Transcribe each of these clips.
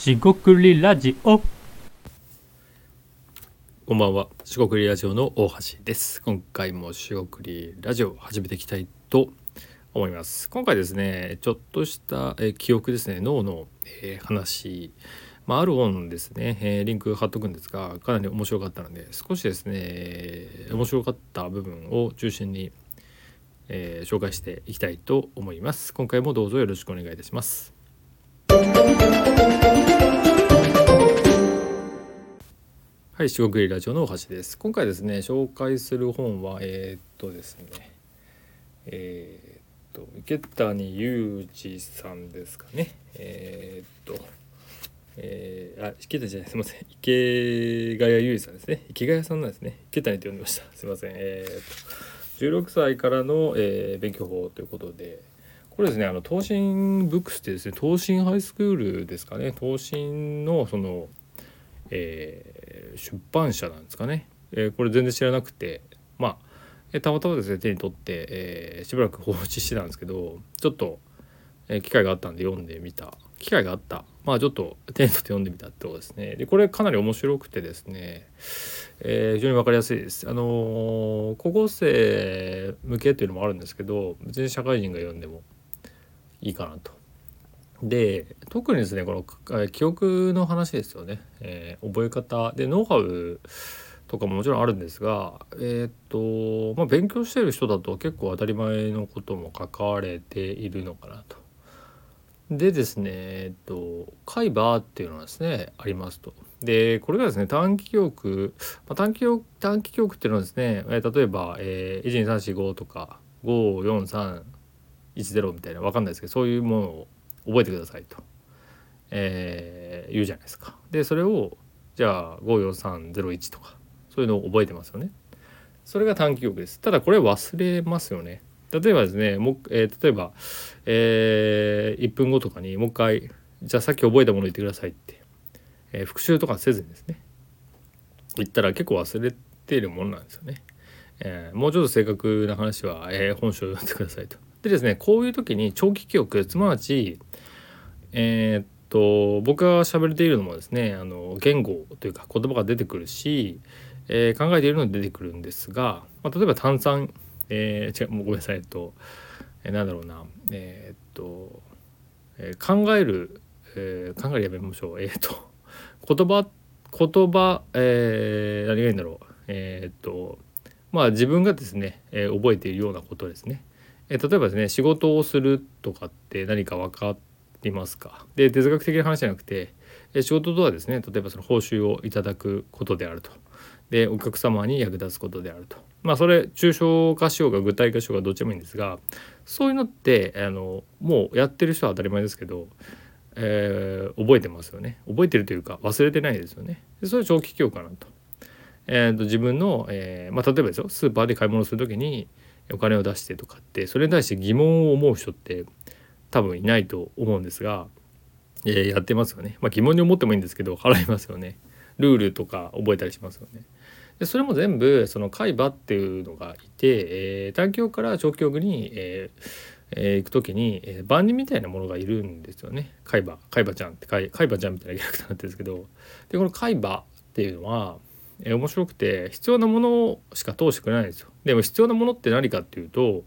しごくりラジオ。 こんばんは、しごくりラジオの大橋です。今回もしごくりラジオを始めていきたいと思います。今回ですね、ちょっとした記憶ですね、脳の話、ある本ですね、リンク貼っとくんですが、かなり面白かったので、少しですね、面白かった部分を中心に紹介していきたいと思います。今回もどうぞよろしくお願いいたします。はい、しごくりラジオの大橋です。今回ですね、紹介する本はですね、池谷裕二さんですかね。池谷じゃない、すみません、池谷裕二さんですね。池谷さんなんですね。池谷って呼んでました。すみません。16歳からの、勉強法ということで、これですね、東進ブックスってですね、東進ハイスクールですかね、東進のその、出版社なんですかね。これ全然知らなくて、たまたまですね手に取って、しばらく放置してたんですけど、ちょっと、機会があったんで読んでみた。機会があった。ちょっと手に取って読んでみたってことですね。でこれかなり面白くてですね、非常に分かりやすいです。高校生向けっていうのもあるんですけど、別に社会人が読んでもいいかなと。で特にですね、この記憶の話ですよね、覚え方でノウハウとかももちろんあるんですが、勉強している人だと結構当たり前のことも書かれているのかなと。でですね、海馬っていうのはですねありますと。でこれがですね短期記憶、短期記憶っていうのはですね、例えば、12345とか54310みたいな、分かんないですけど、そういうものを覚えてくださいと、言うじゃないですか。でそれをじゃあ54301とかそういうのを覚えてますよね。それが短期記憶です。ただこれ忘れますよね。例えばですね、例えば、1分後とかにもう一回じゃあさっき覚えたものを言ってくださいって、復習とかせずにですね言ったら結構忘れているものなんですよね。もうちょっと正確な話は、本書を読んでくださいと。でですね、こういう時に長期記憶、すなわち僕が喋れているのもですね、言語というか言葉が出てくるし、考えているので出てくるんですが、例えば炭酸、もうごめんなさい、なんだろうな、考える、考えるやめましょう。言葉、何がいいんだろう。自分がですね、覚えているようなことですね。例えばですね、仕事をするとかって何か分かりますか。で哲学的な話じゃなくて、仕事とはですね、例えばその報酬をいただくことであると。でお客様に役立つことであると。それ抽象化しようが具体化しようがどっちでもいいんですが、そういうのってもうやってる人は当たり前ですけど、覚えてますよね。覚えてるというか忘れてないですよね。でそれ長期記憶かなと。自分の、例えばですよ、スーパーで買い物する時にお金を出してとかって、それに対して疑問を思う人って多分いないと思うんですが、やってますよね。疑問に思ってもいいんですけど払いますよね。ルールとか覚えたりしますよね。でそれも全部その海馬っていうのがいて、短期記憶から長期記憶に、行く時に、万人みたいなものがいるんですよね。海馬ちゃんって海馬ちゃんみたいなキャラクターになってるんですけど、でこの海馬っていうのは、面白くて必要なものしか通してくれないんですよ。でも必要なものって何かっていうと、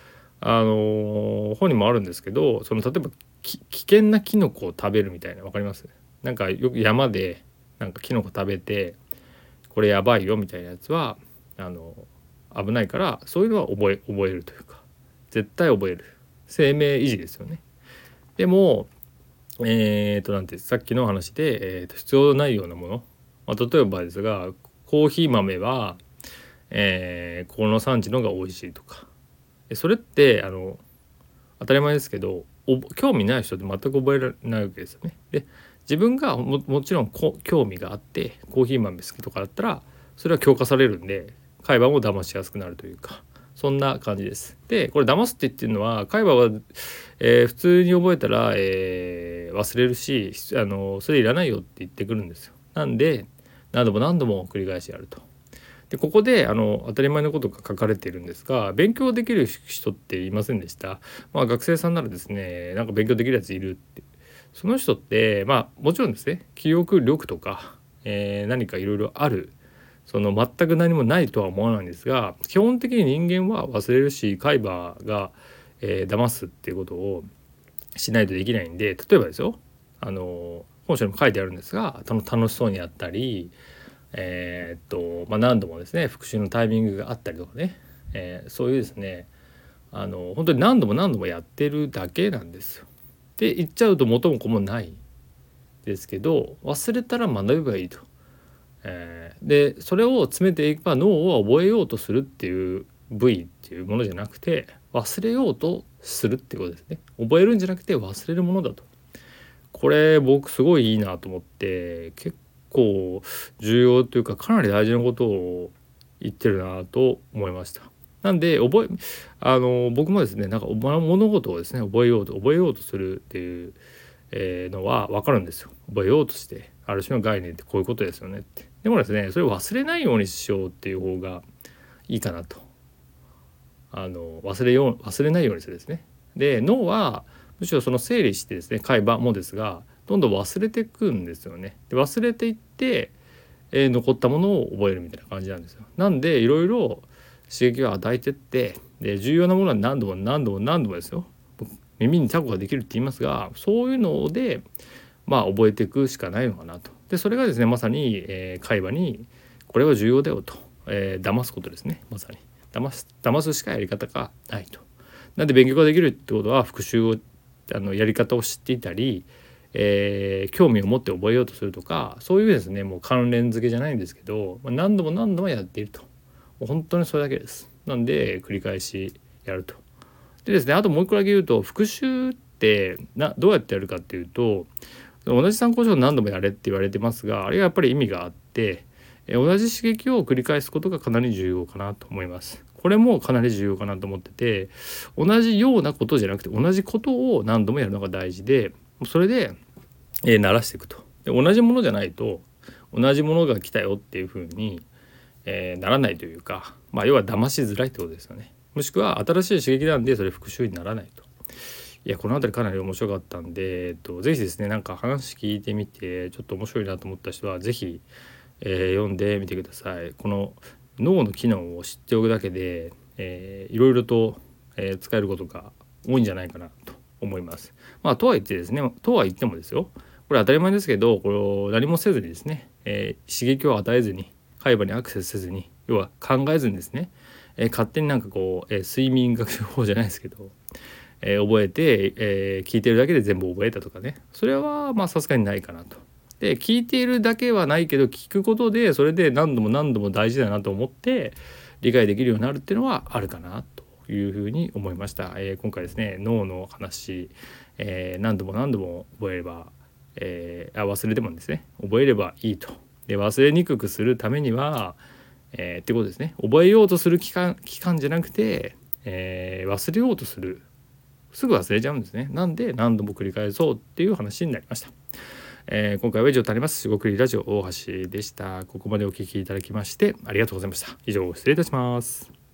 本にもあるんですけど、その例えば危険なキノコを食べるみたいな、わかります？なんかよく山でなんかキノコ食べてこれやばいよみたいなやつは危ないから、そういうのは覚えるというか、絶対覚える、生命維持ですよね。でもなんてさっきの話で、必要ないようなもの、例えばですがコーヒー豆は、ここの産地のが美味しいとか、それって当たり前ですけど興味ない人って全く覚えられないわけですよね。で自分がもちろん興味があってコーヒー豆好きとかだったらそれは強化されるんで、海馬も騙しやすくなるというか、そんな感じです。でこれ騙すって言ってるのは、海馬は、普通に覚えたら、忘れるし、それいらないよって言ってくるんですよ。なんで何度も何度も繰り返しやると。でここで当たり前のことが書かれているんですが、勉強できる人っていませんでした？学生さんならですね、なんか勉強できるやついるって、 その人ってもちろんですね記憶力とか、何かいろいろあるその全く何もないとは思わないんですが、基本的に人間は忘れるし海馬が、騙すっていうことをしないとできないんで、例えばですよ本書にも書いてあるんですが楽しそうにやったり、何度もですね復習のタイミングがあったりとかね、そういうですね本当に何度もやってるだけなんですよ。で言っちゃうと元も子もないですけど、忘れたら学べばいいと。でそれを詰めていけば脳を覚えようとするっていう部位っていうものじゃなくて、忘れようとするってことですね。覚えるんじゃなくて忘れるものだと。これ僕すごいいいなと思って、結構重要というかかなり大事なことを言ってるなと思いました。なんで僕もですね物事をですね覚えようとするっていうのは分かるんですよ。覚えようとしてある種の概念ってこういうことですよねって。でもですねそれを忘れないようにしようっていう方がいいかなと。忘れないようにするですね。で脳はむしろその整理してですね海馬もですがどんどん忘れていくんですよね。で忘れていって、残ったものを覚えるみたいな感じなんですよ。なんでいろいろ刺激を与えてって、で重要なものは何度もですよ。耳にタコができるって言いますが、そういうので覚えていくしかないのかなと。でそれがですねまさに、海馬にこれは重要だよと、騙すことですね。まさに騙すしかやり方がないと。なんで勉強ができるってことは復習をやり方を知っていたり、興味を持って覚えようとするとか、そういうですねもう関連付けじゃないんですけど、何度もやっていると。もう本当にそれだけです。なんで繰り返しやると。でですね、あともう一個だけ言うと、復習ってどうやってやるかっていうと、同じ参考書を何度もやれって言われてますが、あれはやっぱり意味があって、同じ刺激を繰り返すことがかなり重要かなと思います。これもかなり重要かなと思ってて、同じようなことじゃなくて同じことを何度もやるのが大事で、それで、慣らしていくと。で同じものじゃないと同じものが来たよっていう風に、ならないというか、要は騙しづらいってことですよね。もしくは新しい刺激なんでそれ復習にならないと。いやこの辺りかなり面白かったんで、ぜひですね話聞いてみてちょっと面白いなと思った人はぜひ、読んでみてください。この脳の機能を知っておくだけで、いろいろと、使えることが多いんじゃないかなと思います。とは言ってですねもですよ、これ当たり前ですけど、これ何もせずにですね、刺激を与えずに海馬にアクセスせずに、要は考えずにですね、勝手に睡眠学習法じゃないですけど、覚えて、聞いてるだけで全部覚えたとかね、それはさすがにないかなと。で聞いているだけはないけど聞くことでそれで何度も大事だなと思って理解できるようになるっていうのはあるかなというふうに思いました。今回ですね脳の話、何度も覚えれば、忘れてもですね覚えればいいと。で忘れにくくするためには、ってことですね、覚えようとする期間じゃなくて、忘れようとする、すぐ忘れちゃうんですね。なんで何度も繰り返そうっていう話になりました。今回は以上となります。しごくりラジオ大橋でした。ここまでお聞きいただきましてありがとうございました。以上失礼いたします。